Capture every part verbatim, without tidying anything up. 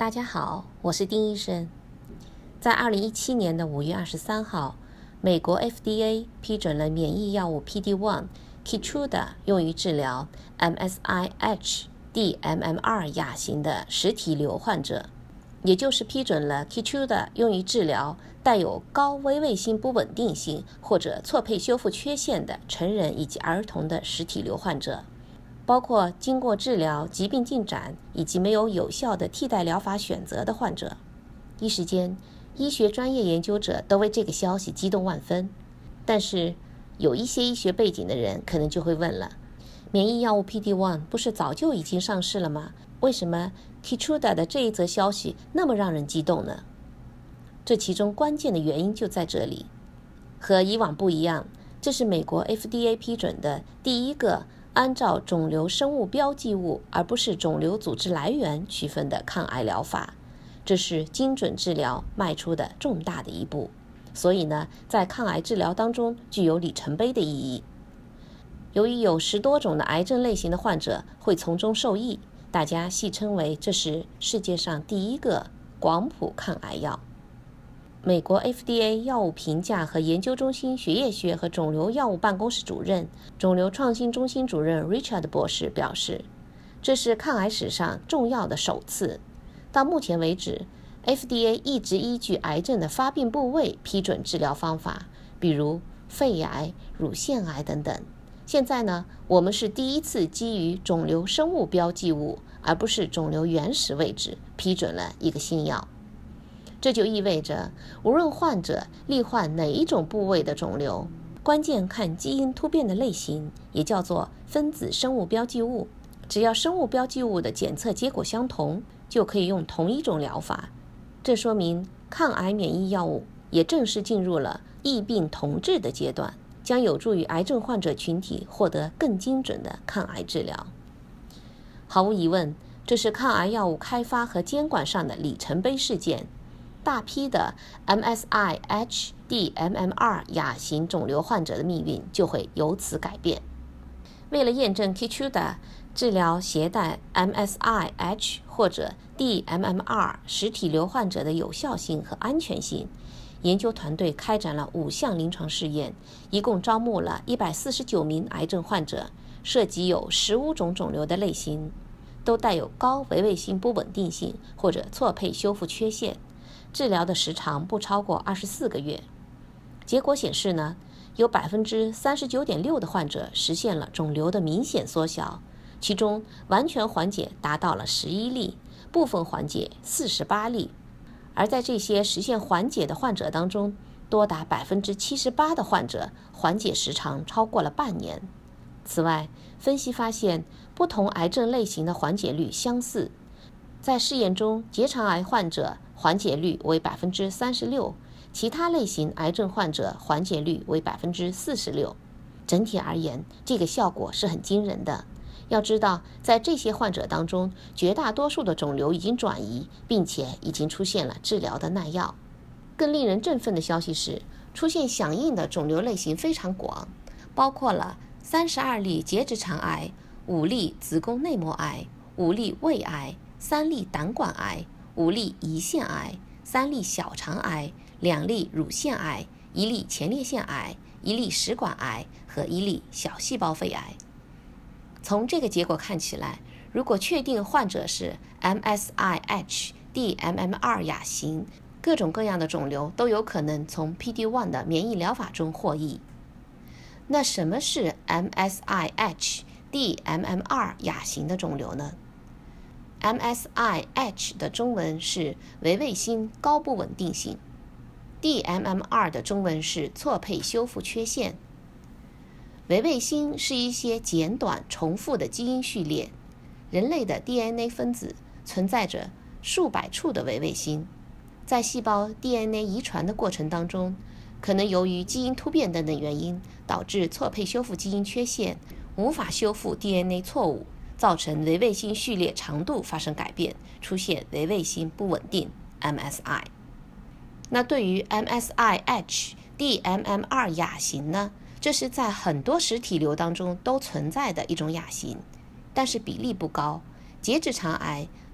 大家好，我是丁医生。在二零一七年的五月二十三号，美国 F D A 批准了免疫药物 P D 一 Keytruda 用于治疗 M S I H D M M R 亚型的实体瘤患者，也就是批准了 Keytruda 用于治疗带有高微卫星不稳定性或者错配修复缺陷的成人以及儿童的实体瘤患者，包括经过治疗、疾病进展以及没有有效的替代疗法选择的患者。一时间，医学专业研究者都为这个消息激动万分。但是，有一些医学背景的人可能就会问了：免疫药物 P D 一 不是早就已经上市了吗？为什么 Keytruda 的这一则消息那么让人激动呢？这其中关键的原因就在这里。和以往不一样，这是美国 F D A 批准的第一个按照肿瘤生物标记物而不是肿瘤组织来源区分的抗癌疗法，这是精准治疗迈出的重大的一步，所以呢，在抗癌治疗当中具有里程碑的意义。由于有十多种的癌症类型的患者会从中受益，大家戏称为这是世界上第一个广谱抗癌药。美国 F D A 药物评价和研究中心血液学和肿瘤药物办公室主任、肿瘤创新中心主任 Richard 博士表示，这是抗癌史上重要的首次。到目前为止， F D A 一直依据癌症的发病部位批准治疗方法，比如肺癌、乳腺癌等等。现在呢，我们是第一次基于肿瘤生物标记物，而不是肿瘤原始位置，批准了一个新药。这就意味着，无论患者罹患哪一种部位的肿瘤，关键看基因突变的类型，也叫做分子生物标记物。只要生物标记物的检测结果相同，就可以用同一种疗法。这说明抗癌免疫药物也正式进入了异病同治的阶段，将有助于癌症患者群体获得更精准的抗癌治疗。毫无疑问，这是抗癌药物开发和监管上的里程碑事件。大批的 M S I H D M M R 亚型肿瘤患者的命运就会由此改变。为了验证 Keytruda 治疗携带 M S I H 或者 D M M R 实体瘤患者的有效性和安全性，研究团队开展了五项临床试验，一共招募了一百四十九名癌症患者，涉及有十五种肿瘤的类型，都带有高微卫星不稳定性或者错配修复缺陷，治疗的时长不超过二十四个月。结果显示呢，有 百分之三十九点六 的患者实现了肿瘤的明显缩小，其中完全缓解达到了十一例，部分缓解四十八例。而在这些实现缓解的患者当中，多达 百分之七十八 的患者缓解时长超过了半年。此外，分析发现不同癌症类型的缓解率相似。在试验中，结肠癌患者缓解率为 百分之三十六， 其他类型癌症患者缓解率为 百分之四十六。 整体而言，这个效果是很惊人的。要知道，在这些患者当中，绝大多数的肿瘤已经转移，并且已经出现了治疗的耐药。更令人振奋的消息是，出现响应的肿瘤类型非常广，包括了三十二例结直肠癌、五例子宫内膜癌、五例胃癌、三例胆管癌、五例胰腺癌、三例小肠癌、两例乳腺癌、一例前列腺癌、一例食管癌和一例小细胞肺癌。从这个结果看起来，如果确定患者是 M S I H D M M R 亚型，各种各样的肿瘤都有可能从 P D 一 的免疫疗法中获益。那什么是 M S I H D M M R 亚型的肿瘤呢？ M S I H 的中文是微卫星高不稳定性， D M M R 的中文是错配修复缺陷。微卫星是一些简短重复的基因序列，人类的 D N A 分子存在着数百处的微卫星，在细胞 D N A 遗传的过程当中，可能由于基因突变等等原因，导致错配修复基因缺陷，无法修复 D N A 错误，造成微卫星序列长度发生改变，出现微卫星不稳定 M S I。 那对于 M S I H D M M R 亚型呢，这是在很多实体瘤当中都存在的一种亚型，但是比例不高。结直肠癌、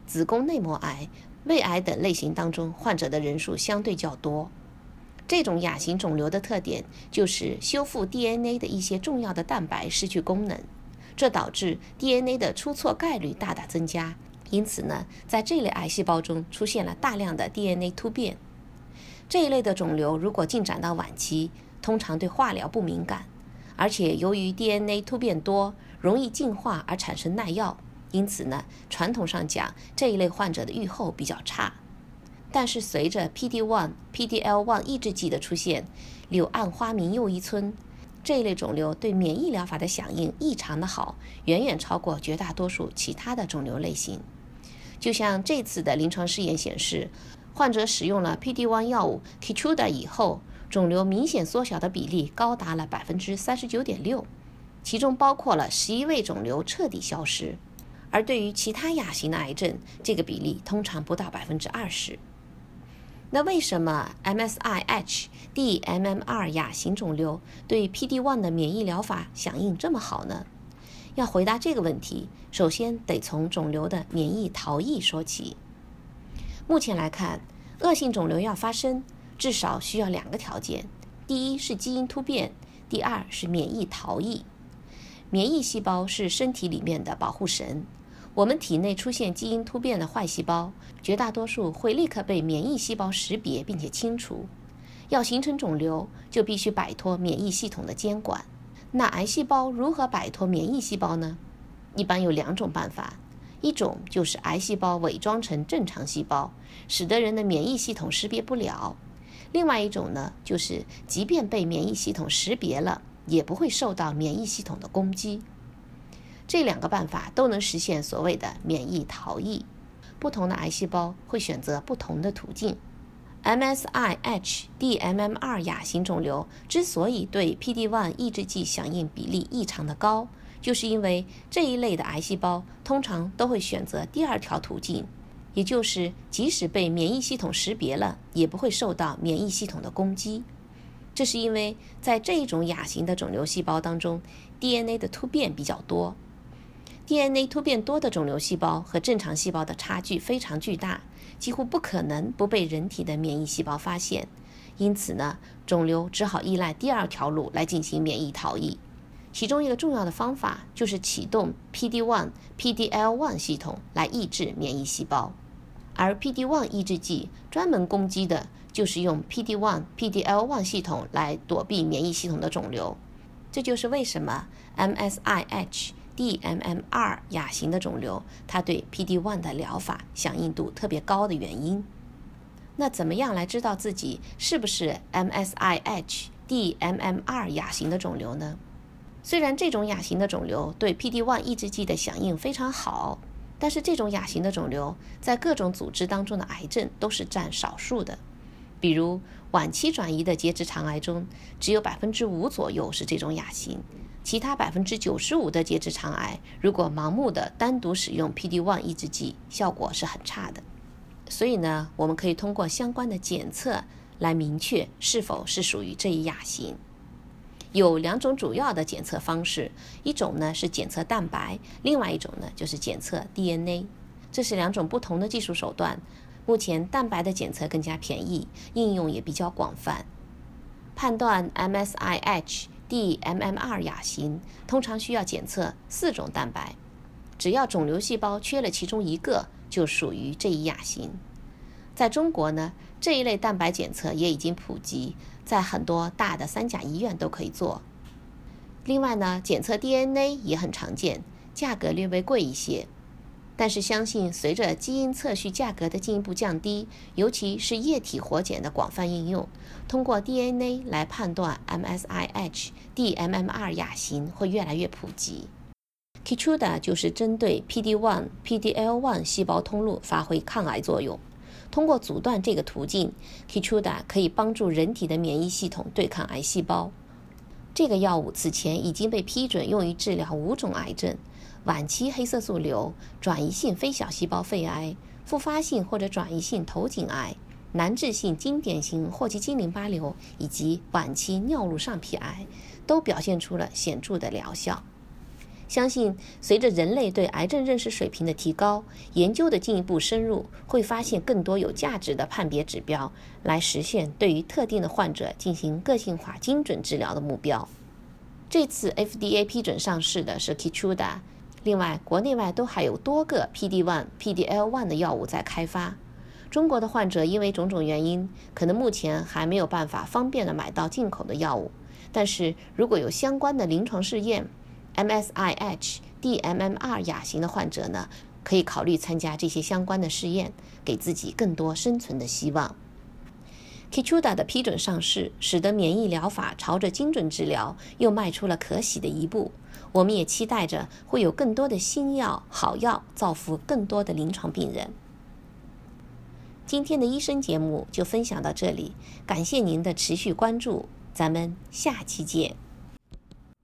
子宫内膜癌、胃癌等类型当中患者的人数相对较多。这种亚型肿瘤的特点就是修复 D N A 的一些重要的蛋白失去功能，这导致 D N A 的出错概率大大增加。因此呢，在这类癌细胞中出现了大量的 D N A 突变。这一类的肿瘤如果进展到晚期，通常对化疗不敏感，而且由于 D N A 突变多，容易进化而产生耐药，因此呢，传统上讲这一类患者的预后比较差。但是随着 P D 一、P D L 一 抑制剂的出现，柳暗花明又一村，这一类肿瘤对免疫疗法的响应异常的好，远远超过绝大多数其他的肿瘤类型。就像这次的临床试验显示，患者使用了 P D 一 药物 Keytruda 以后，肿瘤明显缩小的比例高达了 百分之三十九点六， 其中包括了十一位肿瘤彻底消失，而对于其他亚型的癌症，这个比例通常不到 百分之二十。那为什么 M S I H D M M R 亚型肿瘤对 P D 一 的免疫疗法响应这么好呢？要回答这个问题，首先得从肿瘤的免疫逃逸说起。目前来看，恶性肿瘤要发生，至少需要两个条件，第一是基因突变，第二是免疫逃逸。免疫细胞是身体里面的保护神，我们体内出现基因突变的坏细胞，绝大多数会立刻被免疫细胞识别并且清除。要形成肿瘤，就必须摆脱免疫系统的监管。那癌细胞如何摆脱免疫细胞呢？一般有两种办法，一种就是癌细胞伪装成正常细胞，使得人的免疫系统识别不了。另外一种呢，就是即便被免疫系统识别了，也不会受到免疫系统的攻击。这两个办法都能实现所谓的免疫逃逸，不同的癌细胞会选择不同的途径。M S I H D M M R 亚型肿瘤之所以对 P D 一 抑制剂响应比例异常的高，就是因为这一类的癌细胞通常都会选择第二条途径，也就是即使被免疫系统识别了，也不会受到免疫系统的攻击。这是因为在这一种亚型的肿瘤细胞当中， D N A 的突变比较多。D N A 突变多的肿瘤细胞和正常细胞的差距非常巨大，几乎不可能不被人体的免疫细胞发现。因此呢，肿瘤只好依赖第二条路来进行免疫逃逸。其中一个重要的方法就是启动 P D 一、P D L 一 系统来抑制免疫细胞。而 P D 一 抑制剂专门攻击的就是用 P D 一、P D L 一 系统来躲避免疫系统的肿瘤。这就是为什么 M S I H D M M R 亚型的肿瘤，它对 P D 一 的疗法响应度特别高的原因。那怎么样来知道自己是不是 M S I H D M M R 亚型的肿瘤呢？虽然这种亚型的肿瘤对 P D 一 抑制剂的响应非常好，但是这种亚型的肿瘤在各种组织当中的癌症都是占少数的。比如晚期转移的结直肠癌中，只有 百分之五 左右是这种亚型，其他 百分之九十五 的结直肠癌如果盲目的单独使用 P D 一 抑制剂，效果是很差的。所以呢，我们可以通过相关的检测来明确是否是属于这一亚型。有两种主要的检测方式，一种呢是检测蛋白，另外一种呢就是检测 D N A。 这是两种不同的技术手段，目前蛋白的检测更加便宜，应用也比较广泛。判断 M S I H D M M R 亚型通常需要检测四种蛋白，只要肿瘤细胞缺了其中一个，就属于这一亚型。在中国呢，这一类蛋白检测也已经普及，在很多大的三甲医院都可以做。另外呢，检测 D N A 也很常见，价格略微贵一些。但是相信随着基因测序价格的进一步降低，尤其是液体活检的广泛应用，通过 D N A 来判断 M S I H D M M R 亚型会越来越普及。Keytruda 就是针对 P D 一、P D L 一 细胞通路发挥抗癌作用。通过阻断这个途径， Keytruda 可以帮助人体的免疫系统对抗癌细胞。这个药物此前已经被批准用于治疗五种癌症：晚期黑色素瘤、转移性非小细胞肺癌、复发性或者转移性头颈癌、难治性经典型霍奇金淋巴瘤以及晚期尿路上皮癌，都表现出了显著的疗效。 相信随着人类对癌症认识水平的提高，研究的进一步深入，会发现更多有价值的判别指标，来实现对于特定的患者进行个性化精准治疗的目标。这次 F D A 批准上市的是 Keytruda， 另外国内外都还有多个 P D 一、P D L 一 的药物在开发。中国的患者因为种种原因，可能目前还没有办法方便的买到进口的药物，但是如果有相关的临床试验 M S I H、D M M R 亚型的患者呢，可以考虑参加这些相关的试验，给自己更多生存的希望。Keytruda 的批准上市，使得免疫疗法朝着精准治疗又迈出了可喜的一步。我们也期待着会有更多的新药、好药造福更多的临床病人。今天的医生节目就分享到这里，感谢您的持续关注，咱们下期见。